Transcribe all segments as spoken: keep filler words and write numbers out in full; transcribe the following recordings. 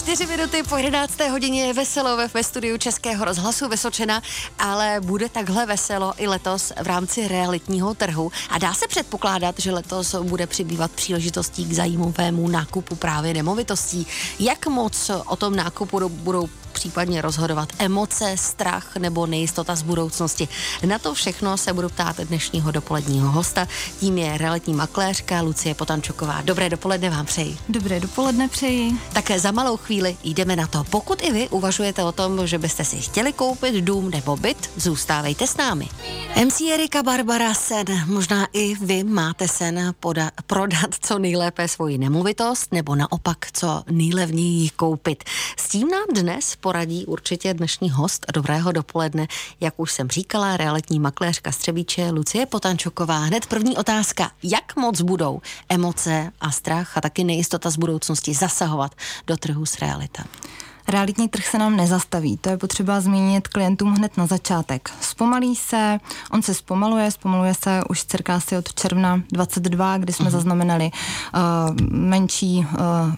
Čtyři minuty po jedenácté hodině je veselo ve studiu Českého rozhlasu Vysočina, ale bude takhle veselo i letos v rámci realitního trhu a dá se předpokládat, že letos bude přibývat příležitostí k zajímavému nákupu právě nemovitostí. Jak moc o tom nákupu budou případně rozhodovat emoce, strach nebo nejistota z budoucnosti? Na to všechno se budu ptát dnešního dopoledního hosta. Tím je realitní makléřka Lucie Potančuková. Dobré dopoledne vám přeji. Dobré dopoledne přeji. Také za malou chvíli jdeme na to. Pokud i vy uvažujete o tom, že byste si chtěli koupit dům nebo byt, zůstávejte s námi. em cé Erika Barbara sen. Možná i vy máte sen poda- prodat co nejlépe svoji nemovitost nebo naopak co nejlevněji koupit. S tím nám dnes poradí určitě dnešní host. Dobrého dopoledne, jak už jsem říkala, realitní makléřka z Třebíče Lucie Potančuková. Hned první otázka. Jak moc budou emoce a strach a taky nejistota z budoucnosti zasahovat do trhu s realitami? Realitní trh se nám nezastaví, to je potřeba zmínit klientům hned na začátek. Zpomalí se, on se zpomaluje, zpomaluje se už cirka asi od června dvacet dva, kdy jsme uh-huh. zaznamenali uh, menší uh,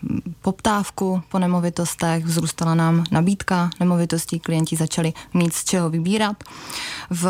poptávku po nemovitostech, vzrůstala nám nabídka nemovitostí, klienti začali mít z čeho vybírat. V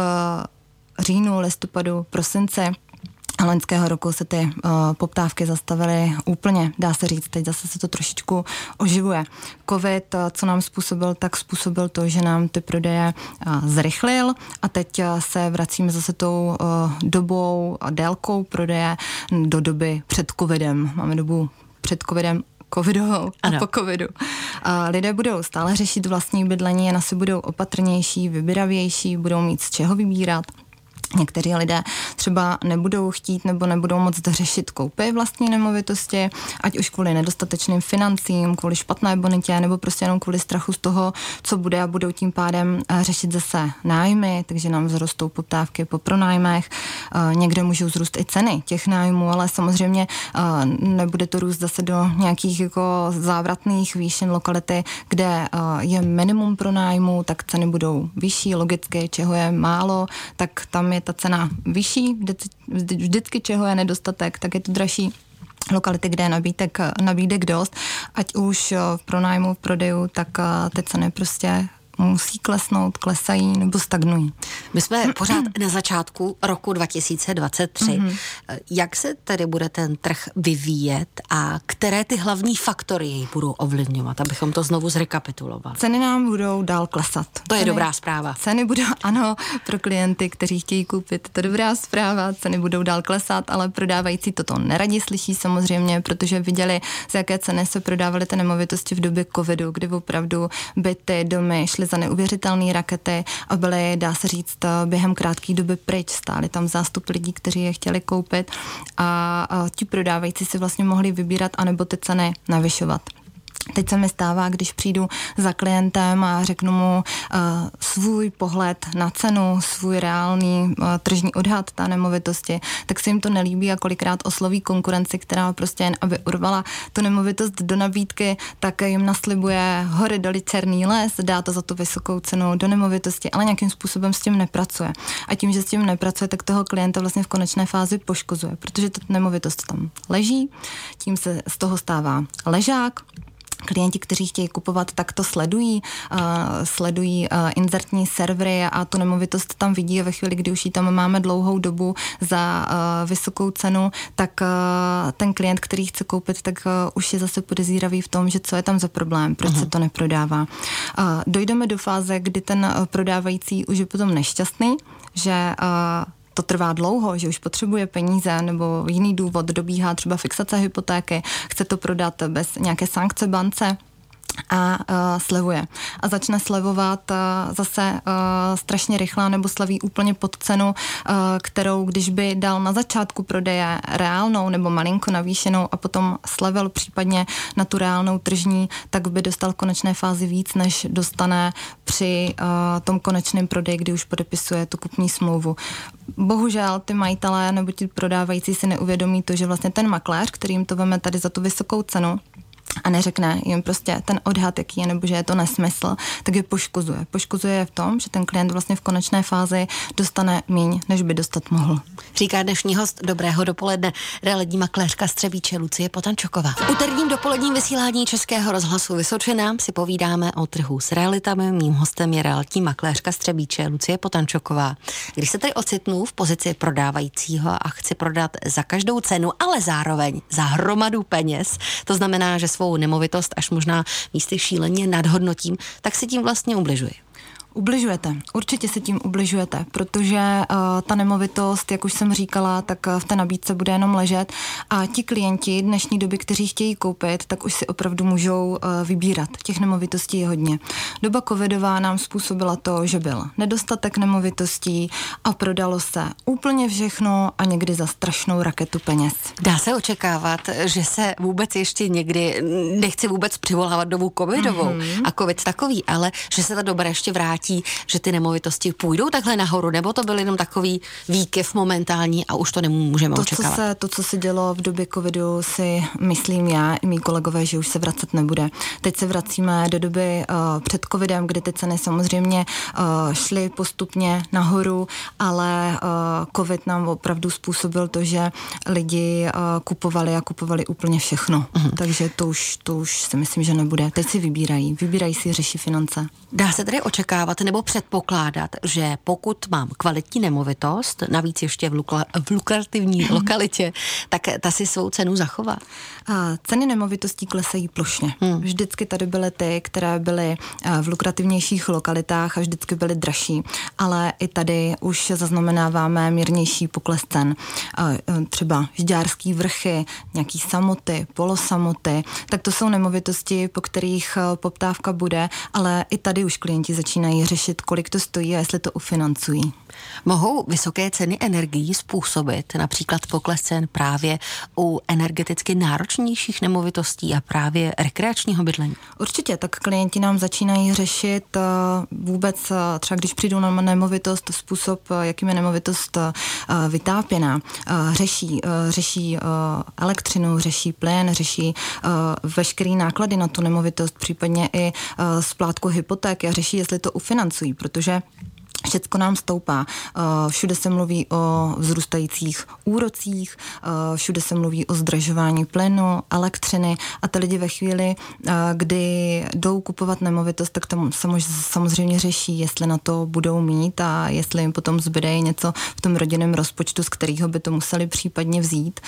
říjnu, listopadu, prosinci loňského roku se ty uh, poptávky zastavily úplně, dá se říct, teď zase se to trošičku oživuje. Covid, uh, co nám způsobil, tak způsobil to, že nám ty prodeje uh, zrychlil a teď uh, se vracíme zase tou uh, dobou a délkou prodeje do doby před covidem. Máme dobu před covidem covidovou a ano. Po covidu. A lidé budou stále řešit vlastní bydlení, jen asi budou opatrnější, vybíravější, budou mít z čeho vybírat. Někteří lidé třeba nebudou chtít nebo nebudou moc řešit koupy vlastní nemovitosti, ať už kvůli nedostatečným financím, kvůli špatné bonitě nebo prostě jenom kvůli strachu z toho, co bude a budou tím pádem řešit zase nájmy, takže nám vzrostou poptávky po pronájmech. Někde můžou zrůst i ceny těch nájmů, ale samozřejmě nebude to růst zase do nějakých jako závratných výšin lokality, kde je minimum pronájmu, tak ceny budou vyšší, logicky, čeho je málo, tak tam je ta cena vyšší, vždy, vždycky čeho je nedostatek, tak je to dražší. Lokality, kde je nabídek, nabídek dost, ať už v pronájmu, v prodeju, tak ty ceny prostě musí klesnout, klesají nebo stagnují. My jsme pořád na začátku roku dva tisíce dvacet tři. Mm-hmm. Jak se tedy bude ten trh vyvíjet a které ty hlavní faktory jej budou ovlivňovat, abychom to znovu zrekapitulovali? Ceny nám budou dál klesat. To je ceny, dobrá zpráva. Ceny budou, ano, pro klienty, kteří chtějí koupit, to je dobrá zpráva, ceny budou dál klesat, ale prodávající toto neradi slyší samozřejmě, protože viděli, z jaké ceny se prodávaly ty nemovitosti v době covidu, kdy opravdu byty, domy šly za neuvěřitelné rakety a byly, dá se říct, během krátké doby pryč. Stáli tam zástup lidí, kteří je chtěli koupit a, a ti prodávající si vlastně mohli vybírat anebo ty ceny navyšovat. Teď se mi stává, když přijdu za klientem a řeknu mu uh, svůj pohled na cenu, svůj reálný uh, tržní odhad té nemovitosti, tak se jim to nelíbí a kolikrát osloví konkurenci, která prostě jen aby urvala tu nemovitost do nabídky, tak jim naslibuje hory doly černý les, dá to za tu vysokou cenu do nemovitosti, ale nějakým způsobem s tím nepracuje. A tím, že s tím nepracuje, tak toho klienta vlastně v konečné fázi poškozuje, protože ta nemovitost tam leží, tím se z toho stává ležák. Klienti, kteří chtějí kupovat, tak to sledují, uh, sledují uh, inzertní servery a tu nemovitost tam vidí a ve chvíli, kdy už ji tam máme dlouhou dobu za uh, vysokou cenu, tak uh, ten klient, který chce koupit, tak uh, už je zase podezíravý v tom, že co je tam za problém, proč uh-huh. se to neprodává. Uh, dojdeme do fáze, kdy ten uh, prodávající už je potom nešťastný, že uh, to trvá dlouho, že už potřebuje peníze nebo jiný důvod, dobíhá třeba fixace hypotéky, chce to prodat bez nějaké sankce bance a uh, slevuje. A začne slevovat uh, zase uh, strašně rychle nebo slaví úplně pod cenu, uh, kterou když by dal na začátku prodeje reálnou nebo malinko navýšenou a potom slevil případně na tu reálnou tržní, tak by dostal v konečné fázi víc, než dostane při uh, tom konečném prodeji, kdy už podepisuje tu kupní smlouvu. Bohužel ty majitelé nebo ti prodávající si neuvědomí to, že vlastně ten makléř, který jim to veme tady za tu vysokou cenu, a neřekne jim prostě ten odhad, jaký je, nebo že je to nesmysl, tak je poškozuje. Poškozuje je v tom, že ten klient vlastně v konečné fázi dostane míň, než by dostat mohl. Říká dnešní host Dobrého dopoledne, realitní makléřka z Třebíče Lucie Potančoková. V úterním dopoledním vysílání Českého rozhlasu Vysočina si povídáme o trhu s realitami. Mým hostem je realitní makléřka z Třebíče Lucie Potančoková. Když se tady ocitnu v pozici prodávajícího a chci prodat za každou cenu, ale zároveň za hromadu peněz, to znamená, že svou nemovitost až možná místy šíleně nadhodnotím, tak si tím vlastně ubližuji. Ubližujete, určitě si tím ubližujete, protože uh, ta nemovitost, jak už jsem říkala, tak uh, v té nabídce bude jenom ležet a ti klienti dnešní doby, kteří chtějí koupit, tak už si opravdu můžou uh, vybírat. Těch nemovitostí je hodně. Doba covidová nám způsobila to, že byl nedostatek nemovitostí a prodalo se úplně všechno a někdy za strašnou raketu peněz. Dá se očekávat, že se vůbec ještě někdy, nechci vůbec přivolávat dobu covidovou mm-hmm. a covid takový, ale že se ta doba ještě vrátí, že ty nemovitosti půjdou takhle nahoru, nebo to byl jenom takový výkyv momentální a už to nemůžeme to, očekávat? Co se, to, co se dělo v době covidu, si myslím já i mý kolegové, že už se vracet nebude. Teď se vracíme do doby uh, před covidem, kdy ty ceny samozřejmě uh, šly postupně nahoru, ale uh, covid nám opravdu způsobil to, že lidi uh, kupovali a kupovali úplně všechno. Uh-huh. Takže to už, to už si myslím, že nebude. Teď si vybírají. Vybírají si, řeší finance. Dá se tedy očekávat nebo předpokládat, že pokud mám kvalitní nemovitost, navíc ještě v, lukla, v lukrativní lokalitě, tak ta si svou cenu zachová? A ceny nemovitostí klesají plošně. Hmm. Vždycky tady byly ty, které byly v lukrativnějších lokalitách a vždycky byly dražší, ale i tady už zaznamenáváme mírnější pokles cen. Třeba Žďárský vrchy, nějaký samoty, polosamoty, tak to jsou nemovitosti, po kterých poptávka bude, ale i tady už klienti začínají řešit, kolik to stojí a jestli to ufinancují. Mohou vysoké ceny energií způsobit například pokles cen právě u energeticky náročnějších nemovitostí a právě rekreačního bydlení? Určitě, tak klienti nám začínají řešit vůbec, třeba když přijdou na nemovitost, způsob, jakým je nemovitost vytápěná. Řeší, řeší elektřinu, řeší plyn, řeší veškerý náklady na tu nemovitost, případně i splátku hypotéky a řeší, jestli to ufinancují, protože všecko nám stoupá. Všude se mluví o vzrůstajících úrocích, všude se mluví o zdražování plynu, elektřiny a ty lidi ve chvíli, kdy jdou kupovat nemovitost, tak tam samozřejmě řeší, jestli na to budou mít a jestli jim potom zbyde něco v tom rodinném rozpočtu, z kterého by to museli případně vzít.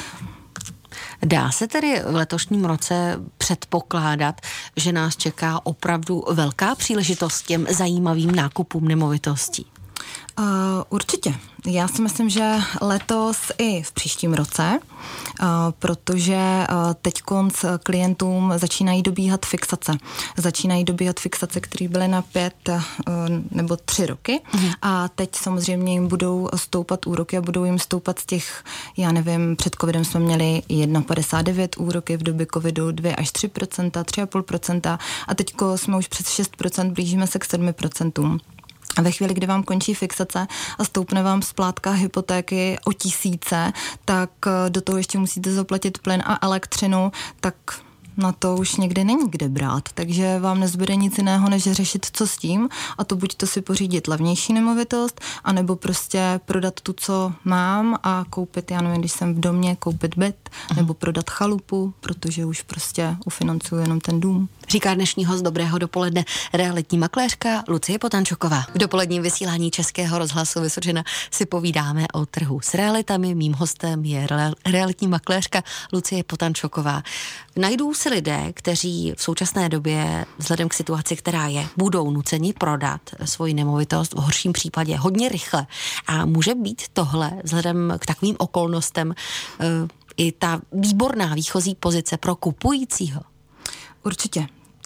Dá se tedy v letošním roce předpokládat, že nás čeká opravdu velká příležitost těm zajímavým nákupům nemovitostí? Uh, určitě. Já si myslím, že letos i v příštím roce, uh, protože uh, teď konc klientům začínají dobíhat fixace. Začínají dobíhat fixace, které byly na pět uh, nebo tři roky mm. a teď samozřejmě jim budou stoupat úroky a budou jim stoupat z těch, já nevím, před covidem jsme měli jedna celá padesát devět úroky, v době covidu dva až tři procenta, tři celá pět procenta a teďko jsme už přes šest procent, blížíme se k sedm procentům. A ve chvíli, kdy vám končí fixace a stoupne vám splátka hypotéky o tisíce, tak do toho ještě musíte zaplatit plyn a elektřinu, tak na to už někdy není kde brát, takže vám nezbyde nic jiného, než řešit, co s tím, a to buď to si pořídit levnější nemovitost, anebo prostě prodat tu, co mám a koupit, já nevím, když jsem v domě, koupit byt, nebo prodat chalupu, protože už prostě ufinancuju jenom ten dům. Říká dnešní host Dobrého dopoledne realitní makléřka Lucie Potančoková. V dopoledním vysílání Českého rozhlasu Vysočina si povídáme o trhu s realitami. Mým hostem je realitní makléřka Lucie Potančoková. Najdou se lidé, kteří v současné době vzhledem k situaci, která je, budou nuceni prodat svoji nemovitost v horším případě hodně rychle. A může být tohle vzhledem k takovým okolnostem i ta výborná výchozí pozice pro kupujícího? Určitě.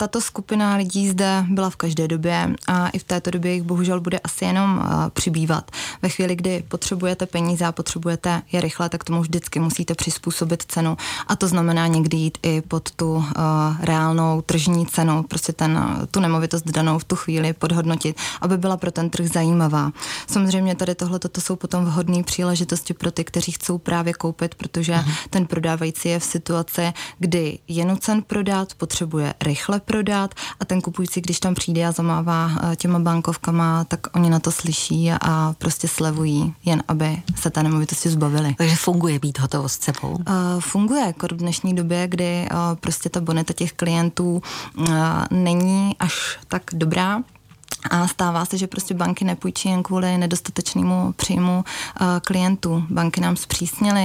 tato skupina lidí zde byla v každé době a i v této době jich bohužel bude asi jenom uh, přibývat. Ve chvíli, kdy potřebujete peníze a potřebujete je rychle, tak tomu vždycky musíte přizpůsobit cenu a to znamená někdy jít i pod tu uh, reálnou tržní cenu, prostě ten, tu nemovitost danou v tu chvíli podhodnotit, aby byla pro ten trh zajímavá. Samozřejmě tady tohle toto jsou potom vhodné příležitosti pro ty, kteří chcou právě koupit, protože uh-huh. ten prodávající je v situaci, kdy je nucen prodat, potřebuje rychle prodat a ten kupující, když tam přijde a zamává těma bankovkama, tak oni na to slyší a prostě slevují, jen aby se té nemovitosti zbavili. Takže funguje být hotovost sebou? Uh, funguje, jako v dnešní době, kdy uh, prostě ta bonita těch klientů uh, není až tak dobrá. A stává se, že prostě banky nepůjčí jen kvůli nedostatečnému příjmu uh, klientů. Banky nám zpřísnily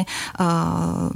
uh,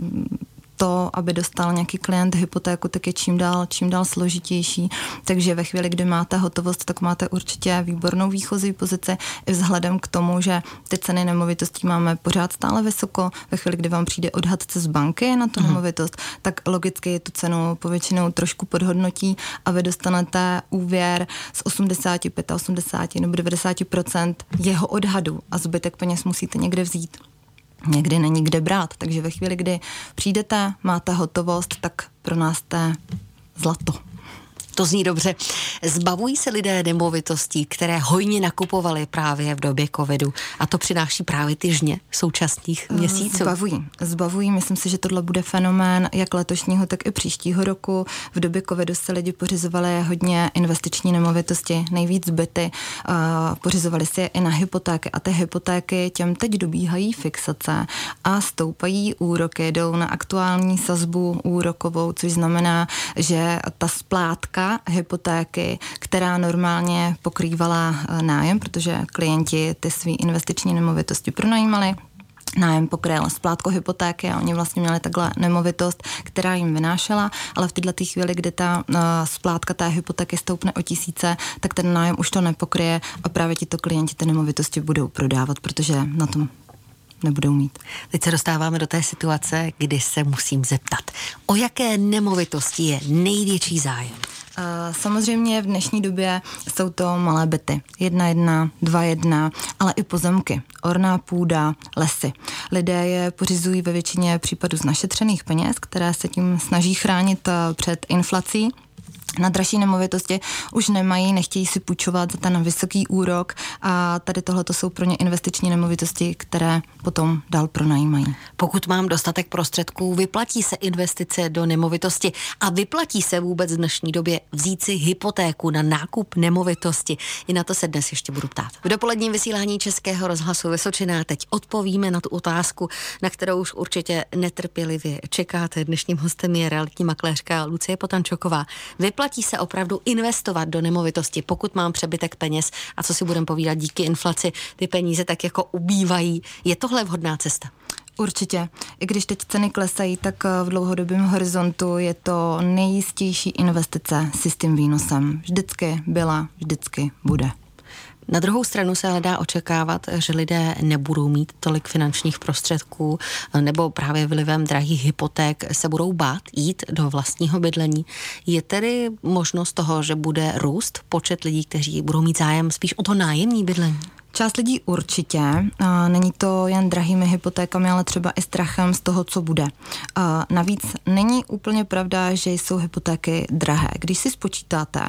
to, aby dostal nějaký klient hypotéku, tak je čím dál, čím dál složitější. Takže ve chvíli, kdy máte hotovost, tak máte určitě výbornou výchozí pozici i vzhledem k tomu, že ty ceny nemovitostí máme pořád stále vysoko. Ve chvíli, kdy vám přijde odhadce z banky na tu mm. nemovitost, tak logicky tu cenu povětšinou trošku podhodnotí a vy dostanete úvěr z osmdesát pět, osmdesát nebo devadesát procent jeho odhadu a zbytek peněz musíte někde vzít. Někdy není kde brát, takže ve chvíli, kdy přijdete, máte hotovost, tak pro nás jste zlato. To zní dobře. Zbavují se lidé nemovitostí, které hojně nakupovali právě v době covidu a to přináší právě ty žně současných měsíců? Zbavují. Zbavují. Myslím si, že tohle bude fenomén jak letošního, tak i příštího roku. V době covidu se lidi pořizovali hodně investiční nemovitosti, nejvíc byty. Pořizovali si je i na hypotéky a ty hypotéky těm teď dobíhají fixace a stoupají úroky, jdou na aktuální sazbu úrokovou, což znamená, že ta splátka hypotéky, která normálně pokrývala nájem, protože klienti ty svý investiční nemovitosti pronajímali, nájem pokryl splátku hypotéky a oni vlastně měli takhle nemovitost, která jim vynášela, ale v této chvíli, kdy ta uh, splátka té hypotéky stoupne o tisíce, tak ten nájem už to nepokryje a právě tito klienti ty nemovitosti budou prodávat, protože na tom nebudou mít. Teď se dostáváme do té situace, kdy se musím zeptat, o jaké nemovitosti je největší zájem? Samozřejmě v dnešní době jsou to malé byty. Jedna jedna, dva jedna, ale i pozemky, orná půda, lesy. Lidé je pořizují ve většině případů z našetřených peněz, které se tím snaží chránit před inflací. Na dražší nemovitosti už nemají, nechtějí si půjčovat za ten vysoký úrok a tady tohleto jsou pro ně investiční nemovitosti, které potom dál pronajímají. Pokud mám dostatek prostředků, vyplatí se investice do nemovitosti a vyplatí se vůbec v dnešní době vzít si hypotéku na nákup nemovitosti? I na to se dnes ještě budu ptát. V dopoledním vysílání Českého rozhlasu Vysočina teď odpovíme na tu otázku, na kterou už určitě netrpělivě čekáte. Dnešním hostem je realitní makléřka Lucie Potančoková. Vyplatí se opravdu investovat do nemovitosti, pokud mám přebytek peněz a co si budeme povídat, díky inflaci ty peníze tak jako ubývají. Je tohle vhodná cesta? Určitě. I když teď ceny klesají, tak v dlouhodobém horizontu je to nejjistější investice s jistým výnosem. Vždycky byla, vždycky bude. Na druhou stranu se ale dá očekávat, že lidé nebudou mít tolik finančních prostředků nebo právě vlivem drahých hypoték se budou bát jít do vlastního bydlení. Je tedy možnost toho, že bude růst počet lidí, kteří budou mít zájem spíš o to nájemní bydlení? Část lidí určitě. A není to jen drahými hypotékami, ale třeba i strachem z toho, co bude. A navíc není úplně pravda, že jsou hypotéky drahé. Když si spočítáte,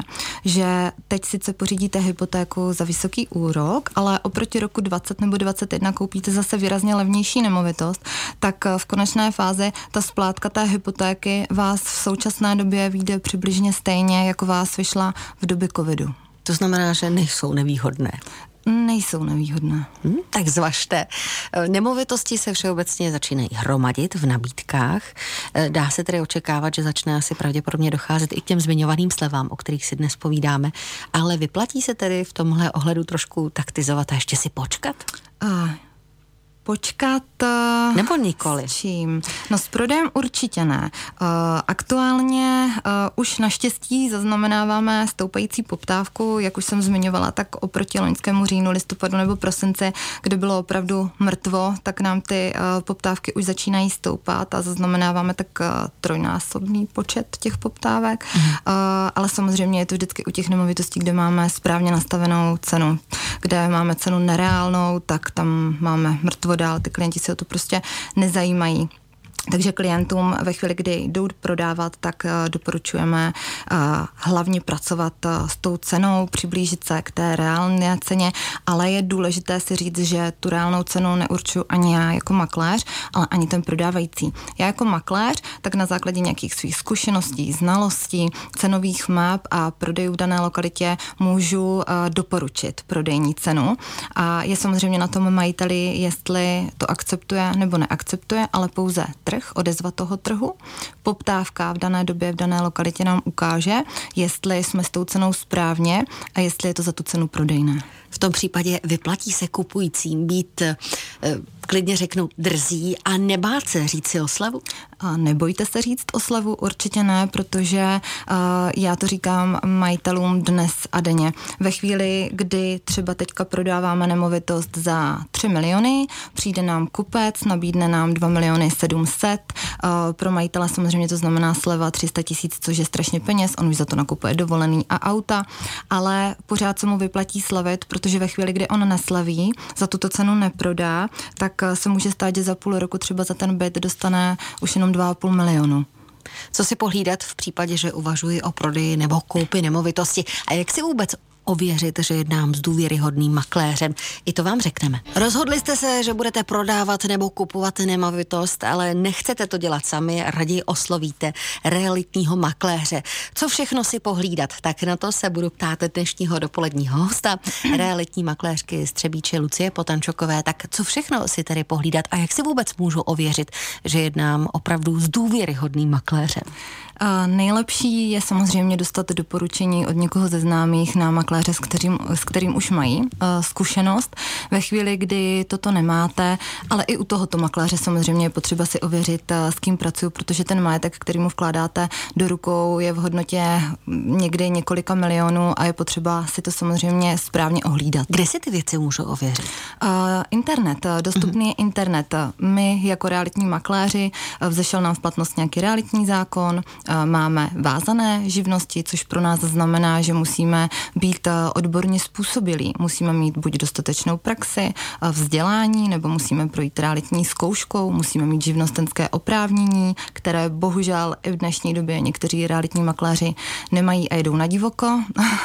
že teď sice pořídíte hypotéku za vysoký úrok, ale oproti roku dvacet nebo dvacet jedna koupíte zase výrazně levnější nemovitost, tak v konečné fázi ta splátka té hypotéky vás v současné době vyjde přibližně stejně, jako vás vyšla v době covidu. To znamená, že nejsou nevýhodné. Nejsou nevýhodné. Hmm, tak zvažte. Nemovitosti se všeobecně začínají hromadit v nabídkách. Dá se tedy očekávat, že začne asi pravděpodobně docházet i k těm zmiňovaným slevám, o kterých si dnes povídáme. Ale vyplatí se tedy v tomhle ohledu trošku taktizovat a ještě si počkat? Uh. Počkat. Nebo nikoli? S čím? No s prodejem určitě ne. Uh, aktuálně uh, už naštěstí zaznamenáváme stoupající poptávku, jak už jsem zmiňovala, tak oproti loňskému říjnu, listopadu nebo prosinci, kde bylo opravdu mrtvo, tak nám ty uh, poptávky už začínají stoupat a zaznamenáváme tak uh, trojnásobný počet těch poptávek. Mm. Uh, ale samozřejmě je to vždycky u těch nemovitostí, kde máme správně nastavenou cenu, kde máme cenu nereálnou, tak tam máme mrtvo dál, ty klienti se o to prostě nezajímají. Takže klientům ve chvíli, kdy jdou prodávat, tak uh, doporučujeme uh, hlavně pracovat uh, s tou cenou, přiblížit se k té reálné ceně, ale je důležité si říct, že tu reálnou cenu neurčuju ani já jako makléř, ale ani ten prodávající. Já jako makléř, tak na základě nějakých svých zkušeností, znalostí, cenových map a prodejů v dané lokalitě můžu uh, doporučit prodejní cenu. A je samozřejmě na tom majiteli, jestli to akceptuje nebo neakceptuje, ale pouze trh, odezva toho trhu. Poptávka v dané době, v dané lokalitě nám ukáže, jestli jsme s tou cenou správně a jestli je to za tu cenu prodejné. V tom případě vyplatí se kupujícím být, eh, klidně řeknu, drzí a nebát se říct si o slevu? A nebojte se říct o slevu, určitě ne, protože uh, já to říkám majitelům dnes a denně. Ve chvíli, kdy třeba teďka prodáváme nemovitost za tři miliony, přijde nám kupec, nabídne nám dva miliony sedm set, uh, pro majitele samozřejmě to znamená sleva tři sta tisíc, což je strašně peněz, on už za to nakupuje dovolený a auta, ale pořád se mu vyplatí slavit, protože ve chvíli, kdy on neslaví, za tuto cenu neprodá, tak se může stát, že za půl roku třeba za ten byt dostane už jenom dva a půl milionu. Co si pohlídat v případě, že uvažuji o prodeji nebo koupi nemovitosti a jak si vůbec ověřit, že jednám s důvěryhodným makléřem? I to vám řekneme. Rozhodli jste se, že budete prodávat nebo kupovat nemovitost, ale nechcete to dělat sami, raději oslovíte realitního makléře. Co všechno si pohlídat? Tak na to se budu ptát dnešního dopoledního hosta, realitní makléřky z Třebíče Lucie Potančokové. Tak co všechno si tedy pohlídat a jak si vůbec můžu ověřit, že jednám opravdu s důvěryhodným makléřem? A nejlepší je samozřejmě dostat doporučení od někoho ze známých na makléře, s kterým, s kterým už mají uh, zkušenost. Ve chvíli, kdy toto nemáte, ale i u tohoto makléře samozřejmě je potřeba si ověřit, uh, s kým pracuju, protože ten majetek, který mu vkládáte do rukou, je v hodnotě někdy několika milionů a je potřeba si to samozřejmě správně ohlídat. Kde si ty věci můžu ověřit? Uh, internet, dostupný je internet. My jako realitní makléři, uh, vzešel nám v platnost nějaký realitní zákon, máme vázané živnosti, což pro nás znamená, že musíme být odborně způsobilí. Musíme mít buď dostatečnou praxi, vzdělání, nebo musíme projít realitní zkouškou, musíme mít živnostenské oprávnění, které bohužel i v dnešní době někteří realitní makléři nemají a jedou na divoko.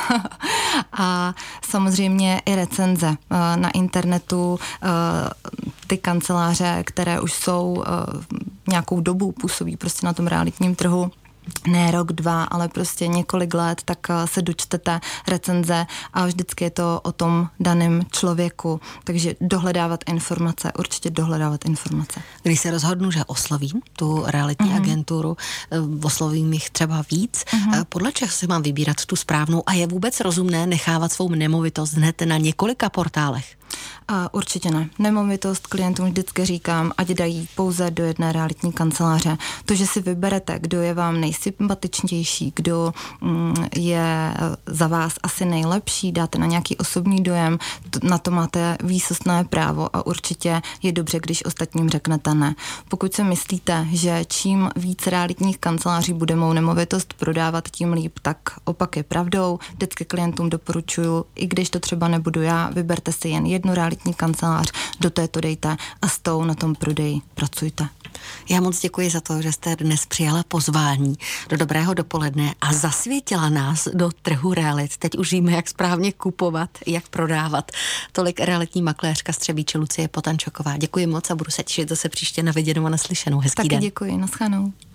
A samozřejmě i recenze na internetu, ty kanceláře, které už jsou nějakou dobu působí prostě na tom realitním trhu, ne rok, dva, ale prostě několik let, tak se dočtete recenze a vždycky je to o tom daném člověku. Takže dohledávat informace, určitě dohledávat informace. Když se rozhodnu, že oslovím tu realitní mm-hmm. agenturu, oslovím jich třeba víc, mm-hmm. podle čeho si mám vybírat tu správnou a je vůbec rozumné nechávat svou nemovitost hned na několika portálech? A určitě ne. Nemovitost klientům vždycky říkám, ať dají pouze do jedné realitní kanceláře. To, že si vyberete, kdo je vám nejsympatičnější, kdo mm, je za vás asi nejlepší, dáte na nějaký osobní dojem, to, na to máte výsostné právo a určitě je dobře, když ostatním řeknete ne. Pokud si myslíte, že čím víc realitních kanceláří bude mou nemovitost prodávat, tím líp, tak opak je pravdou. Vždycky klientům doporučuju, i když to třeba nebudu já, vyberte si jen jednu realitní kancelář, do této dejte a s tou na tom prodeji pracujte. Já moc děkuji za to, že jste dnes přijala pozvání do Dobrého dopoledne a zasvětila nás do trhu realit. Teď už víme, jak správně kupovat, jak prodávat. Tolik realitní makléřka z Třebíče Lucie Potančoková. Děkuji moc a budu se těšit zase příště na viděnou a naslyšenou. Hezký Taky den. Děkuji, naschledanou.